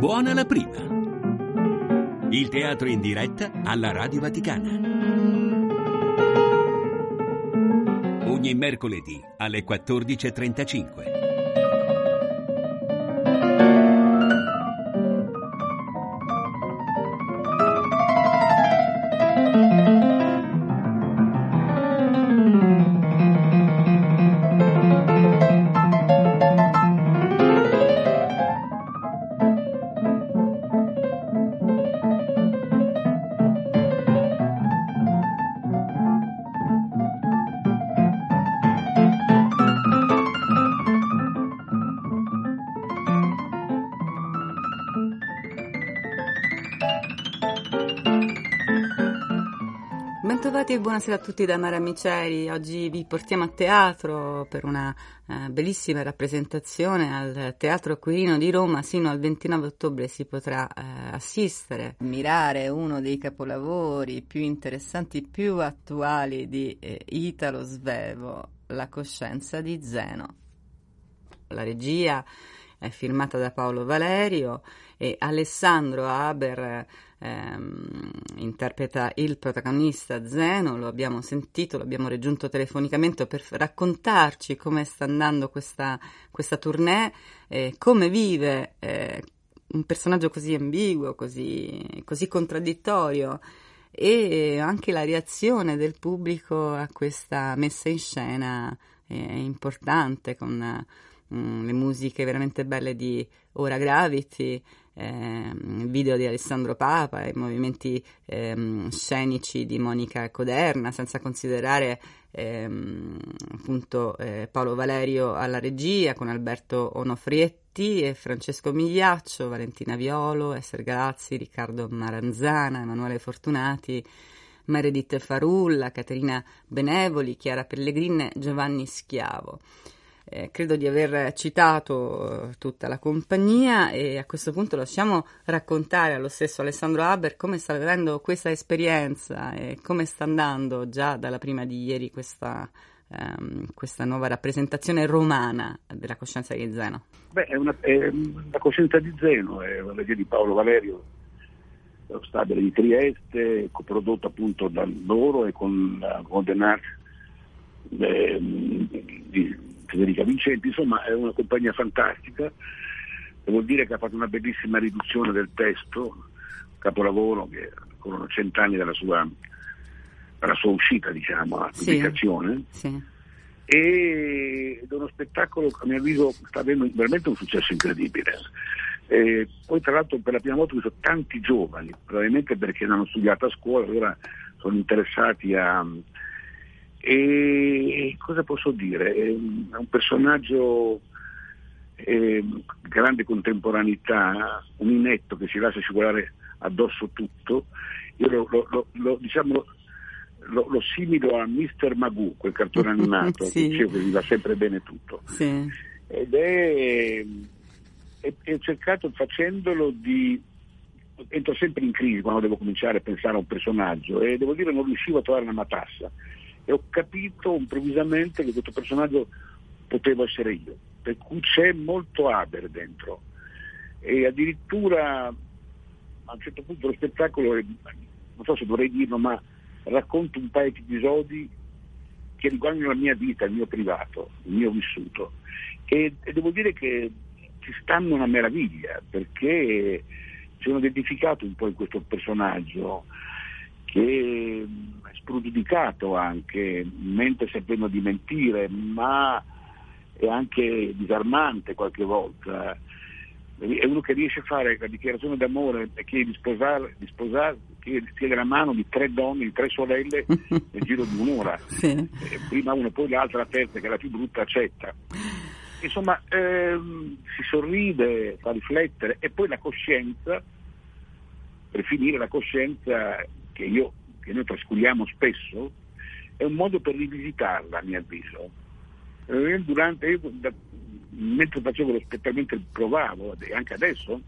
Suona la prima. Il teatro in diretta alla Radio Vaticana. Ogni mercoledì alle 14:35. Bentrovati e buonasera a tutti da Mara Miceri. Oggi vi portiamo a teatro per una bellissima rappresentazione al Teatro Quirino di Roma. Sino al 29 ottobre si potrà assistere, ammirare uno dei capolavori più interessanti, più attuali di Italo Svevo, La coscienza di Zeno. La regia è firmata da Paolo Valerio e Alessandro Haber interpreta il protagonista Zeno. Lo abbiamo sentito, lo abbiamo raggiunto telefonicamente per raccontarci come sta andando questa tournée, come vive un personaggio così ambiguo, così contraddittorio, e anche la reazione del pubblico a questa messa in scena importante, con le musiche veramente belle di Ora Gravity, il video di Alessandro Papa, i movimenti scenici di Monica Coderna, senza considerare appunto Paolo Valerio alla regia, con Alberto Onofrietti e Francesco Migliaccio, Valentina Violo, Esser Galazzi, Riccardo Maranzana, Emanuele Fortunati, Meredith Farulla, Caterina Benevoli, Chiara Pellegrin, Giovanni Schiavo. Credo di aver citato tutta la compagnia e a questo punto lasciamo raccontare allo stesso Alessandro Haber come sta vivendo questa esperienza e come sta andando già dalla prima di ieri questa nuova rappresentazione romana della coscienza di Zeno. La coscienza di Zeno è una regia di Paolo Valerio, lo stabile di Trieste, coprodotto appunto da loro e con Golden Arts di Federica Vincenti. Insomma, è una compagnia fantastica. Devo dire che ha fatto una bellissima riduzione del testo, capolavoro che corrono 100 anni dalla sua uscita, diciamo, a pubblicazione. Sì. Ed è uno spettacolo che a mio avviso sta avendo veramente un successo incredibile. Poi tra l'altro per la prima volta ho visto tanti giovani, probabilmente perché non hanno studiato a scuola, allora sono interessati e cosa posso dire? È un personaggio grande contemporaneità, un inetto che si lascia scivolare addosso tutto. Io lo similo a Mr. Magoo, quel cartone animato. Sì. Che gli va sempre bene tutto. Sì. Ed è cercato, facendolo, entro sempre in crisi quando devo cominciare a pensare a un personaggio, e devo dire non riuscivo a trovare una matassa, e ho capito improvvisamente che questo personaggio potevo essere io, per cui c'è molto Haber dentro, e addirittura a un certo punto dello spettacolo, non so se dovrei dirlo, ma racconto un paio di episodi che riguardano la mia vita, il mio privato, il mio vissuto, e devo dire che ci stanno una meraviglia, perché ci sono identificato un po' in questo personaggio che è spregiudicato anche, mente sapendo di mentire, ma è anche disarmante qualche volta. È uno che riesce a fare la dichiarazione d'amore e chiede di sposare, chiede la mano di 3 donne, di 3 sorelle nel giro di un'ora. Sì. Prima una, poi l'altra, la terza, che è la più brutta, accetta. Insomma, si sorride, fa riflettere, e poi la coscienza, per finire, la coscienza che noi trascuriamo spesso, è un modo per rivisitarla, a mio avviso. Mentre facevo lo spettacolo, provavo, anche adesso,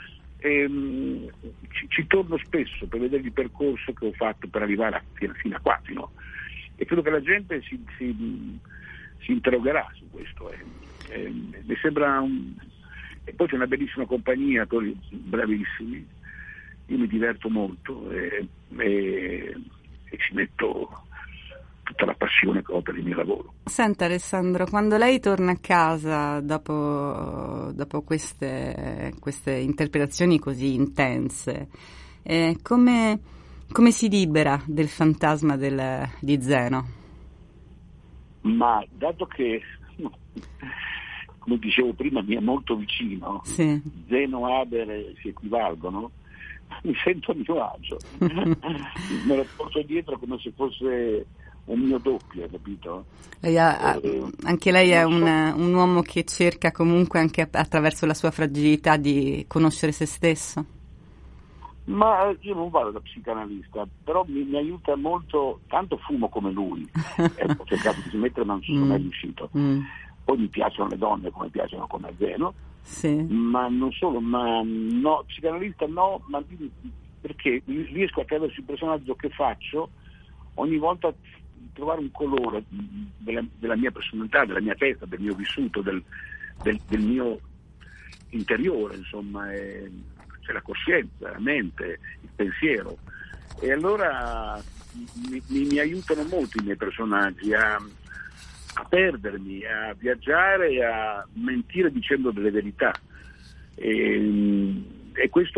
ci torno spesso per vedere il percorso che ho fatto per arrivare fino a qua, e credo che la gente si interrogerà su questo. Mi sembra E poi c'è una bellissima compagnia, attori bravissimi, io mi diverto molto e ci metto tutta la passione che ho per il mio lavoro. Senta Alessandro, quando lei torna a casa dopo queste interpretazioni così intense, come si libera del fantasma di Zeno? Ma dato che, come dicevo prima, mi è molto vicino, sì. Zeno e Haber si equivalgono, mi sento a mio agio. Me lo porto dietro come se fosse un mio doppio, capito? Anche lei è un uomo che cerca comunque anche attraverso la sua fragilità di conoscere se stesso? Ma io non vado da psicanalista, però mi aiuta molto, tanto fumo come lui, ho cercato di smettere ma non ci sono mai riuscito. Poi mi piacciono le donne come piacciono come Zeno, sì. Ma non solo, ma no, psicanalista no, ma perché riesco attraverso il personaggio che faccio ogni volta trovare un colore della mia personalità, della mia testa, del mio vissuto, del mio interiore, insomma, c'è la coscienza, la mente, il pensiero, e allora mi aiutano molto i miei personaggi a perdermi, a viaggiare e a mentire dicendo delle verità, e questo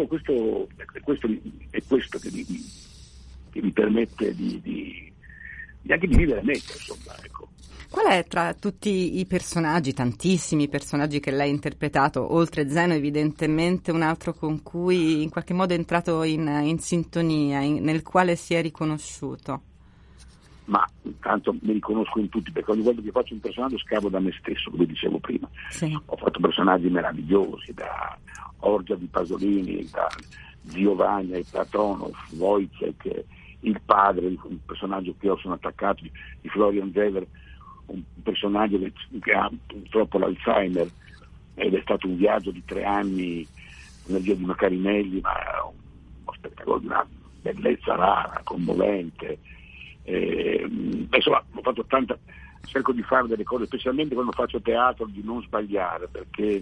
che mi permette di anche di vivere meglio, insomma, ecco. Qual è tra tutti i personaggi, tantissimi personaggi che lei ha interpretato, oltre Zeno evidentemente, un altro con cui in qualche modo è entrato in sintonia, nel quale si è riconosciuto? Ma intanto mi riconosco in tutti, perché ogni volta che faccio un personaggio scavo da me stesso, come dicevo prima. Sì. Ho fatto personaggi meravigliosi, da Orgia di Pasolini, da Zio Vagna, Platonov, Wojciech, il padre, un personaggio che io sono attaccato, di Florian Zeller, un personaggio che ha purtroppo l'Alzheimer, ed è stato un viaggio di 3 anni nel via di Macarinelli, ma uno spettacolo di una bellezza rara, commovente. Insomma, ho fatto cerco di fare delle cose, specialmente quando faccio teatro, di non sbagliare, perché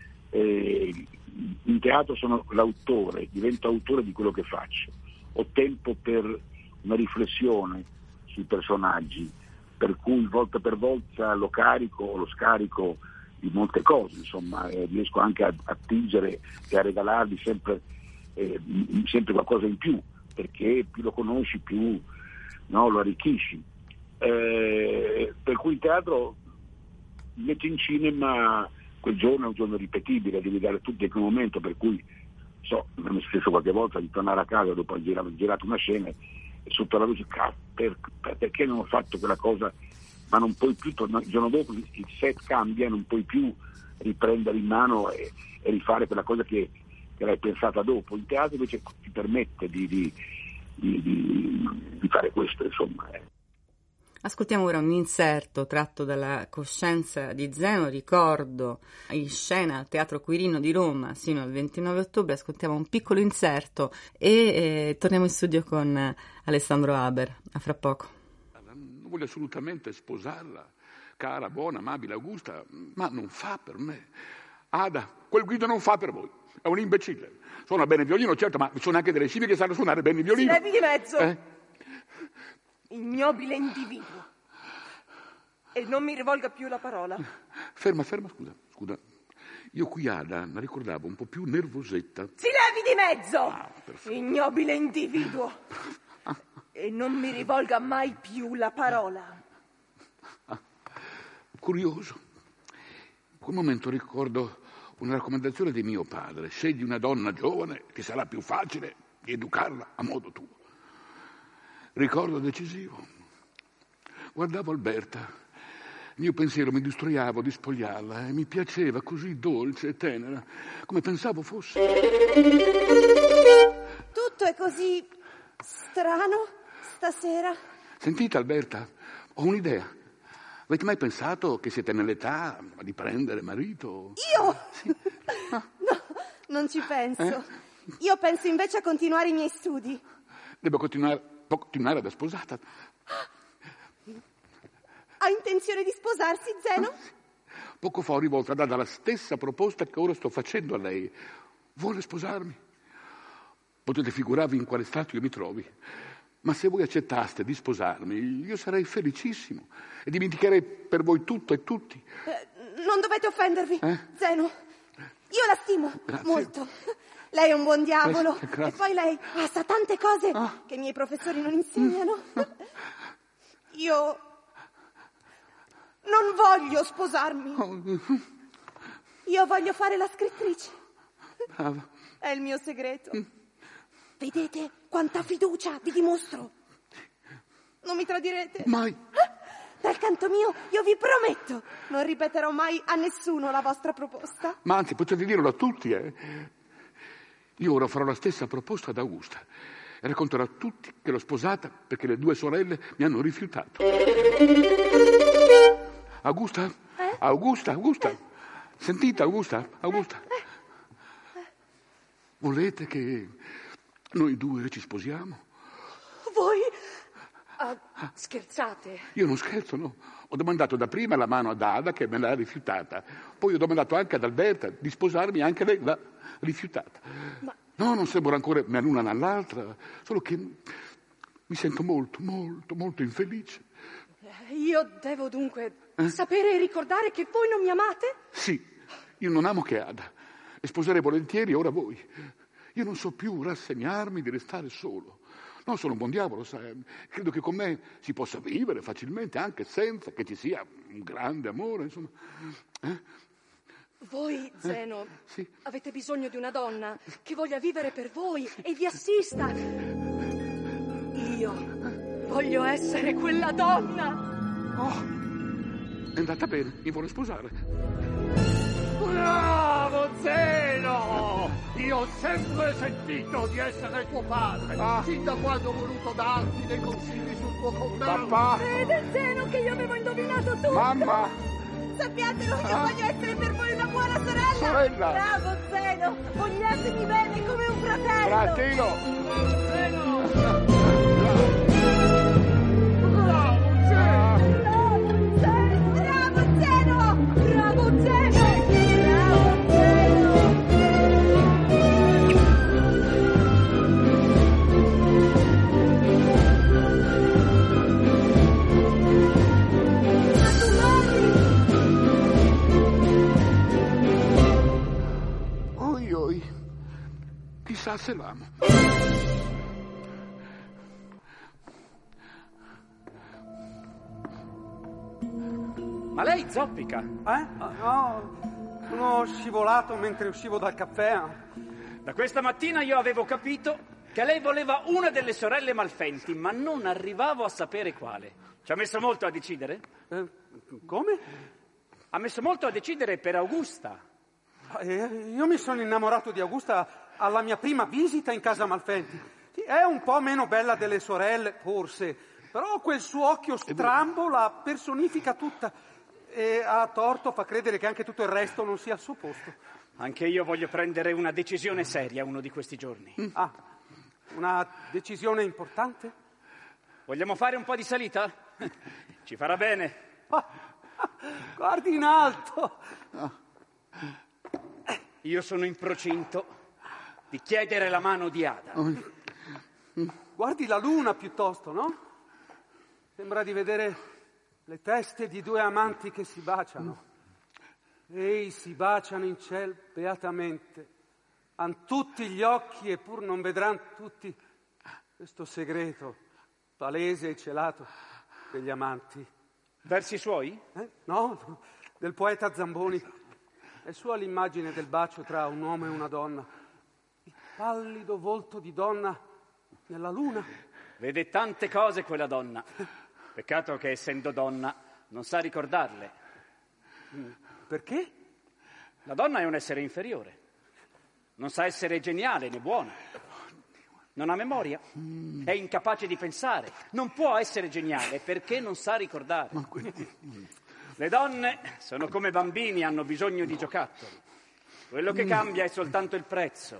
in teatro sono l'autore, divento autore di quello che faccio, ho tempo per una riflessione sui personaggi, per cui volta per volta lo carico o lo scarico di molte cose, insomma, riesco anche a attingere e a regalargli sempre qualcosa in più, perché più lo conosci più lo arricchisci, per cui il teatro, invece in cinema quel giorno è un giorno ripetibile, devi dare tutto in quel momento, per cui mi è stesso qualche volta di tornare a casa dopo aver girato una scena e sotto la luce, perché non ho fatto quella cosa, ma non puoi più tornare il giorno dopo, il set cambia, non puoi più riprendere in mano e rifare quella cosa che l'hai pensata dopo. Il teatro invece ti permette di fare questo, insomma. Ascoltiamo ora un inserto tratto dalla Coscienza di Zeno, ricordo in scena al Teatro Quirino di Roma sino al 29 ottobre. Ascoltiamo un piccolo inserto e torniamo in studio con Alessandro Haber. A fra poco. Non voglio assolutamente sposarla, cara, buona, amabile, Augusta, ma non fa per me. Ada, quel Guido non fa per voi, è un imbecille. Suona bene il violino, certo, ma ci sono anche delle scimmie che sanno suonare bene il violino. Si levi di mezzo! Ignobile individuo. E non mi rivolga più la parola. Ferma, scusa. Io qui Ada la ricordavo un po' più nervosetta. Si levi di mezzo! Perfetto. Ignobile individuo. E non mi rivolga mai più la parola. Curioso. In quel momento ricordo una raccomandazione di mio padre: scegli una donna giovane che sarà più facile di educarla a modo tuo. Ricordo decisivo. Guardavo Alberta, il mio pensiero mi distraiavo di spogliarla e mi piaceva così dolce e tenera, come pensavo fosse. Tutto è così strano stasera. Sentite Alberta, ho un'idea. Avete mai pensato che siete nell'età di prendere marito? Io? Sì. No, non ci penso. Io penso invece a continuare i miei studi. Può continuare da sposata. Ha intenzione di sposarsi, Zeno? poco fa ho rivolto a Dada la stessa proposta che ora sto facendo a lei. Vuole sposarmi? Potete figurarvi in quale stato io mi trovi. Ma se voi accettaste di sposarmi, io sarei felicissimo e dimenticherei per voi tutto e tutti. Non dovete offendervi, Zeno. Io la stimo molto. Lei è un buon diavolo. E poi lei sa tante cose che i miei professori non insegnano. Io non voglio sposarmi. Io voglio fare la scrittrice. Brava. È il mio segreto. Vedete quanta fiducia vi dimostro? Non mi tradirete? Mai. Dal canto mio, io vi prometto, non ripeterò mai a nessuno la vostra proposta. Ma anzi, potete dirlo a tutti, Io ora farò la stessa proposta ad Augusta e racconterò a tutti che l'ho sposata perché le 2 sorelle mi hanno rifiutato. Augusta? Augusta? Sentite, Augusta? Volete che noi 2 ci sposiamo? Voi? Scherzate? Io non scherzo, no. Ho domandato dapprima la mano ad Ada che me l'ha rifiutata. Poi ho domandato anche ad Alberta di sposarmi, anche lei l'ha rifiutata. Ma... No, non sembra ancora né l'una né l'altra, solo che mi sento molto, molto, molto infelice. Io devo dunque sapere e ricordare che voi non mi amate? Sì, io non amo che Ada e sposerei volentieri ora voi. Io non so più rassegnarmi di restare solo. No, sono un buon diavolo, sai. Credo che con me si possa vivere facilmente, anche senza che ci sia un grande amore, insomma. Voi, Zeno, Sì. avete bisogno di una donna che voglia vivere per voi e vi assista. Io voglio essere quella donna. È andata bene, mi vuole sposare. Bravo, Zeno! Io ho sempre sentito di essere tuo padre, fin da quando ho voluto darti dei consigli sul tuo convento. Papà! Vede, Zeno, che io avevo indovinato tutto. Mamma! Sappiatelo, io voglio essere per voi una buona sorella. Sorella! Bravo, Zeno! Vogliatemi bene come un fratello. Fratino! Zeno! Chissà se l'amo. Ma lei zoppica? No, sono scivolato mentre uscivo dal caffè. Da questa mattina io avevo capito che lei voleva una delle sorelle Malfenti, ma non arrivavo a sapere quale. Ci ha messo molto a decidere? Come? Ha messo molto a decidere per Augusta. Io mi sono innamorato di Augusta alla mia prima visita in casa Malfenti. Sì, è un po' meno bella delle sorelle, forse, però quel suo occhio strambo la personifica tutta e a torto fa credere che anche tutto il resto non sia al suo posto. Anche io voglio prendere una decisione seria uno di questi giorni. Una decisione importante? Vogliamo fare un po' di salita? Ci farà bene. Guardi in alto. Io sono in procinto di chiedere la mano di Ada. Guardi la luna piuttosto, no? Sembra di vedere le teste di 2 amanti che si baciano. Ehi, si baciano in ciel beatamente. Han tutti gli occhi e pur non vedranno tutti questo segreto palese e celato degli amanti. Versi suoi? No, del poeta Zamboni. È sua l'immagine del bacio tra un uomo e una donna. Il pallido volto di donna nella luna. Vede tante cose quella donna. Peccato che essendo donna non sa ricordarle. Perché? La donna è un essere inferiore. Non sa essere geniale né buona. Non ha memoria. È incapace di pensare. Non può essere geniale perché non sa ricordare. Le donne sono come bambini, hanno bisogno di giocattoli. Quello che cambia è soltanto il prezzo.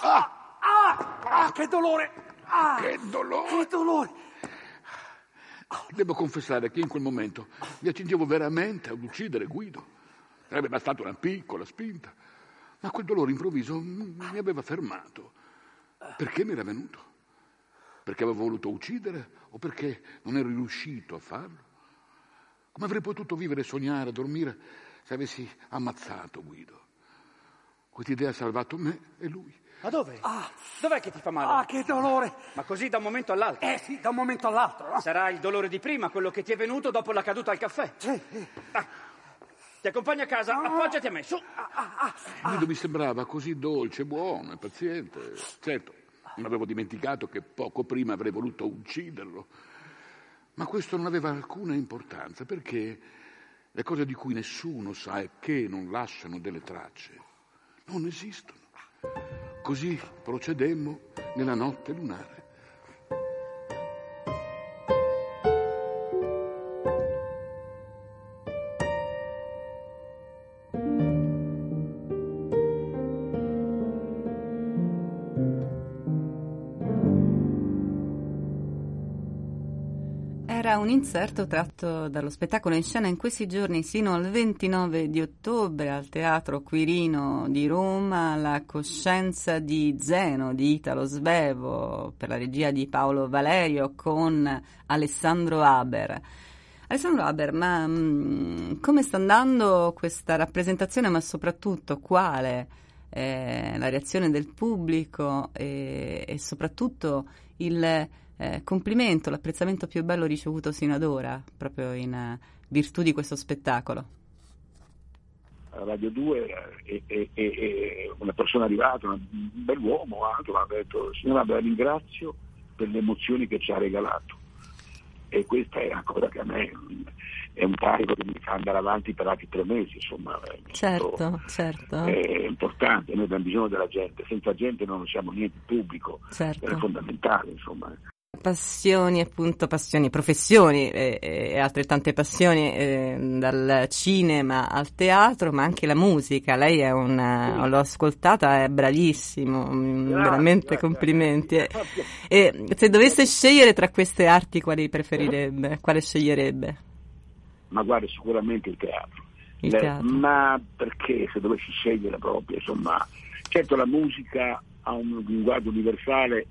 Che dolore! Che dolore! Che dolore! Devo confessare che in quel momento mi accingevo veramente ad uccidere Guido. Sarebbe bastata una piccola spinta, ma quel dolore improvviso mi aveva fermato. Perché mi era venuto? Perché avevo voluto uccidere o perché non ero riuscito a farlo? Come avrei potuto vivere, sognare, dormire se avessi ammazzato Guido? Quest'idea ha salvato me e lui. Ma dove? Dov'è che ti fa male? Che dolore! Ma così da un momento all'altro? Sì, da un momento all'altro, no? Sarà il dolore di prima, quello che ti è venuto dopo la caduta al caffè. Sì. Ti accompagno a casa, appoggiati a me, su. Guido mi sembrava così dolce, buono e paziente. Certo, non avevo dimenticato che poco prima avrei voluto ucciderlo. Ma questo non aveva alcuna importanza, perché le cose di cui nessuno sa e che non lasciano delle tracce non esistono. Così procedemmo nella notte lunare. Era un inserto tratto dallo spettacolo in scena in questi giorni sino al 29 di ottobre al Teatro Quirino di Roma, La coscienza di Zeno di Italo Svevo per la regia di Paolo Valerio con Alessandro Haber. Alessandro Haber, ma come sta andando questa rappresentazione, ma soprattutto quale è la reazione del pubblico e soprattutto il complimento, l'apprezzamento più bello ricevuto sino ad ora, proprio in virtù di questo spettacolo? Radio 2 è una persona arrivata, un bell'uomo, anche, mi ha detto: signora, la ringrazio per le emozioni che ci ha regalato. E questa è una cosa che a me è un carico che mi fa andare avanti per altri 3 mesi, insomma. Certo. È importante, noi abbiamo bisogno della gente, senza gente non siamo niente pubblico, certo. È fondamentale, insomma. Passioni, appunto, professioni e altrettante passioni, dal cinema al teatro, ma anche la musica. Lei è l'ho ascoltata, è bravissimo, veramente complimenti. E se dovesse scegliere tra queste arti, quali preferirebbe? Quale sceglierebbe? Ma guarda, sicuramente il teatro. Ma perché se dovessi scegliere proprio, insomma, certo la musica ha un linguaggio universale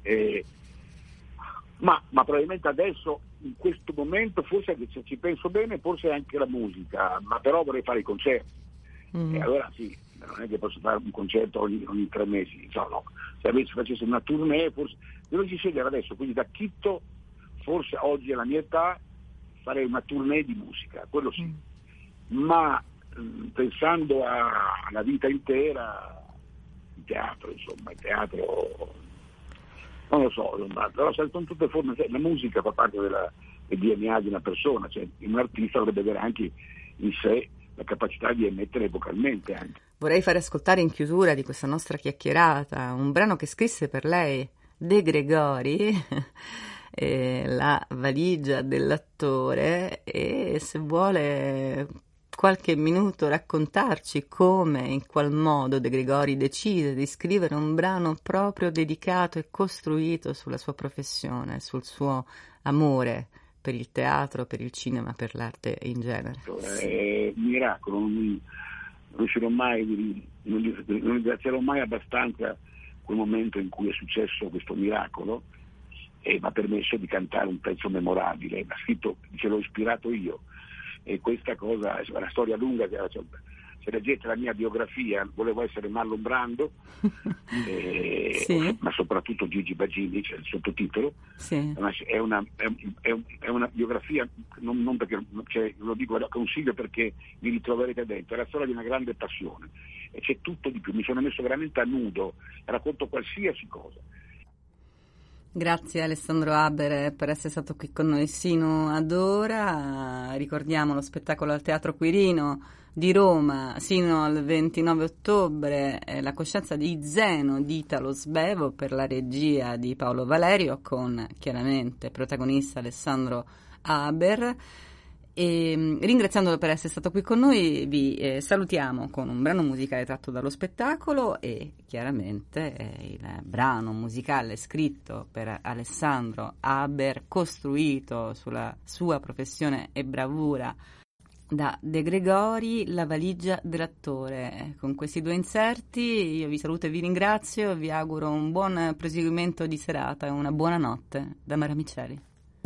ma probabilmente adesso, in questo momento, forse, se ci penso bene, forse anche la musica, ma però vorrei fare i concerti. E allora sì, non è che posso fare un concerto ogni 3 mesi, no. Se avessi facessi una tournée, forse dovessi scegliere adesso, quindi da chitto, forse oggi alla mia età, farei una tournée di musica, quello sì. Ma pensando alla vita intera, il teatro, non lo so, però sono tutte forme, la musica fa parte del DNA di una persona, cioè un artista dovrebbe avere anche in sé la capacità di emettere vocalmente anche. Vorrei fare ascoltare in chiusura di questa nostra chiacchierata un brano che scrisse per lei De Gregori, La valigia dell'attore, e se vuole qualche minuto raccontarci come, in qual modo De Gregori decide di scrivere un brano proprio dedicato e costruito sulla sua professione, sul suo amore per il teatro, per il cinema, per l'arte in genere. È un miracolo, non riuscirò mai, non ringrazierò mai abbastanza quel momento in cui è successo questo miracolo e mi ha permesso di cantare un pezzo memorabile. Ha scritto, l'ho ispirato io. E questa cosa è una storia lunga, se leggete la mia biografia, volevo essere Marlon Brando, sì. Ma soprattutto Gigi Bagini, c'è il sottotitolo. Sì. È una biografia, non perché lo dico, lo consiglio perché vi ritroverete dentro, è la storia di una grande passione e c'è tutto di più, mi sono messo veramente a nudo, racconto qualsiasi cosa. Grazie Alessandro Haber per essere stato qui con noi sino ad ora. Ricordiamo lo spettacolo al Teatro Quirino di Roma sino al 29 ottobre, La coscienza di Zeno di Italo Svevo per la regia di Paolo Valerio con chiaramente protagonista Alessandro Haber. E ringraziandolo per essere stato qui con noi, vi salutiamo con un brano musicale tratto dallo spettacolo e chiaramente il brano musicale scritto per Alessandro Haber, costruito sulla sua professione e bravura da De Gregori, La valigia dell'attore. Con questi 2 inserti io vi saluto e vi ringrazio, vi auguro un buon proseguimento di serata e una buona notte da Mara Miceli.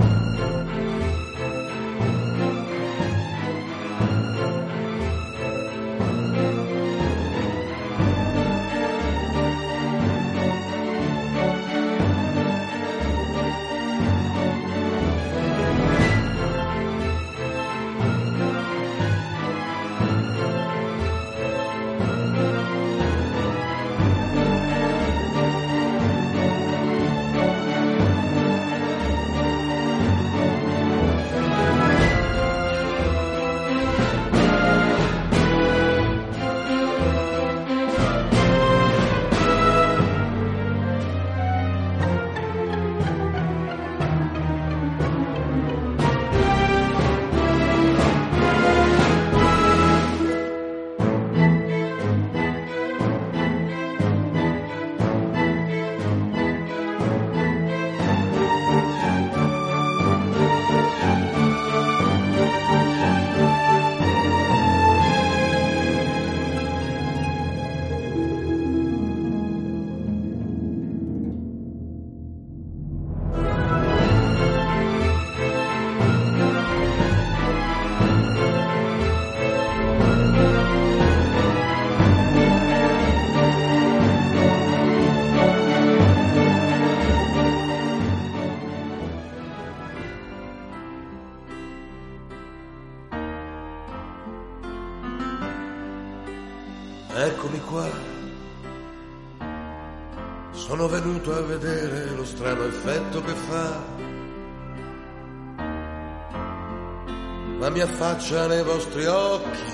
Eccomi qua, sono venuto a vedere lo strano effetto che fa la mia faccia nei vostri occhi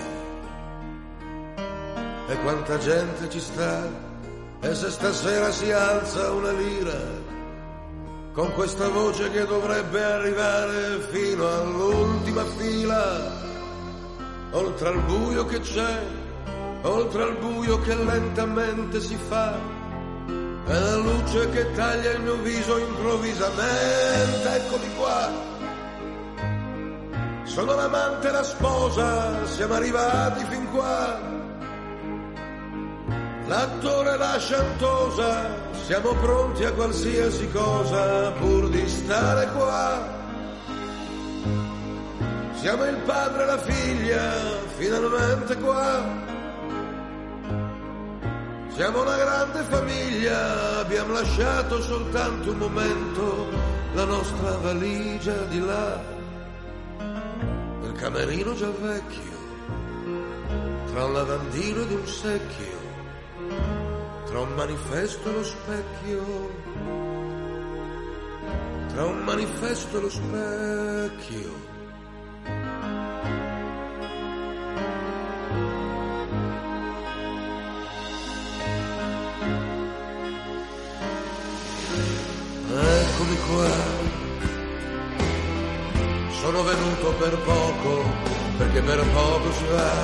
e quanta gente ci sta, e se stasera si alza una lira con questa voce che dovrebbe arrivare fino all'ultima fila, oltre al buio che c'è, oltre al buio che lentamente si fa, e la luce che taglia il mio viso improvvisamente. Eccomi qua, sono l'amante e la sposa, siamo arrivati fin qua, l'attore e la chantosa, siamo pronti a qualsiasi cosa pur di stare qua. Siamo il padre e la figlia, finalmente qua. Siamo una grande famiglia, abbiamo lasciato soltanto un momento la nostra valigia di là, nel camerino già vecchio, tra un lavandino ed un secchio, tra un manifesto e lo specchio, tra un manifesto e lo specchio. Eccomi qua, sono venuto per poco, perché per poco si va,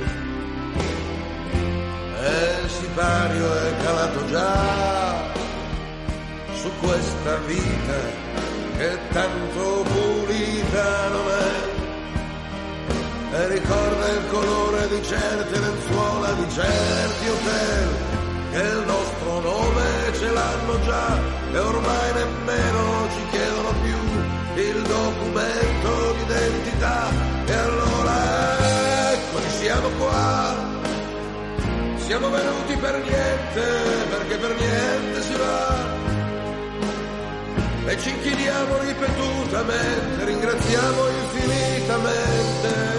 e il sipario è calato già su questa vita che tanto pulita non è, e ricorda il colore di certe lenzuola, di certi hotel, che il nostro nome ce l'hanno già, e ormai nemmeno ci chiedono più il documento d'identità. E allora eccoci, siamo qua, siamo venuti per niente, perché per niente si va, e ci inchiniamo ripetutamente, ringraziamo infinitamente.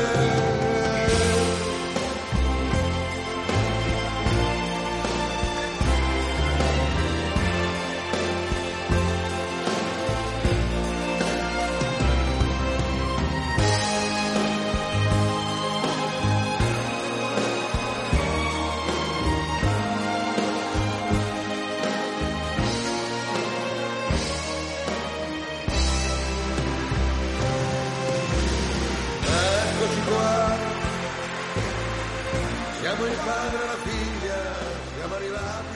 padre e la figlia siamo arrivati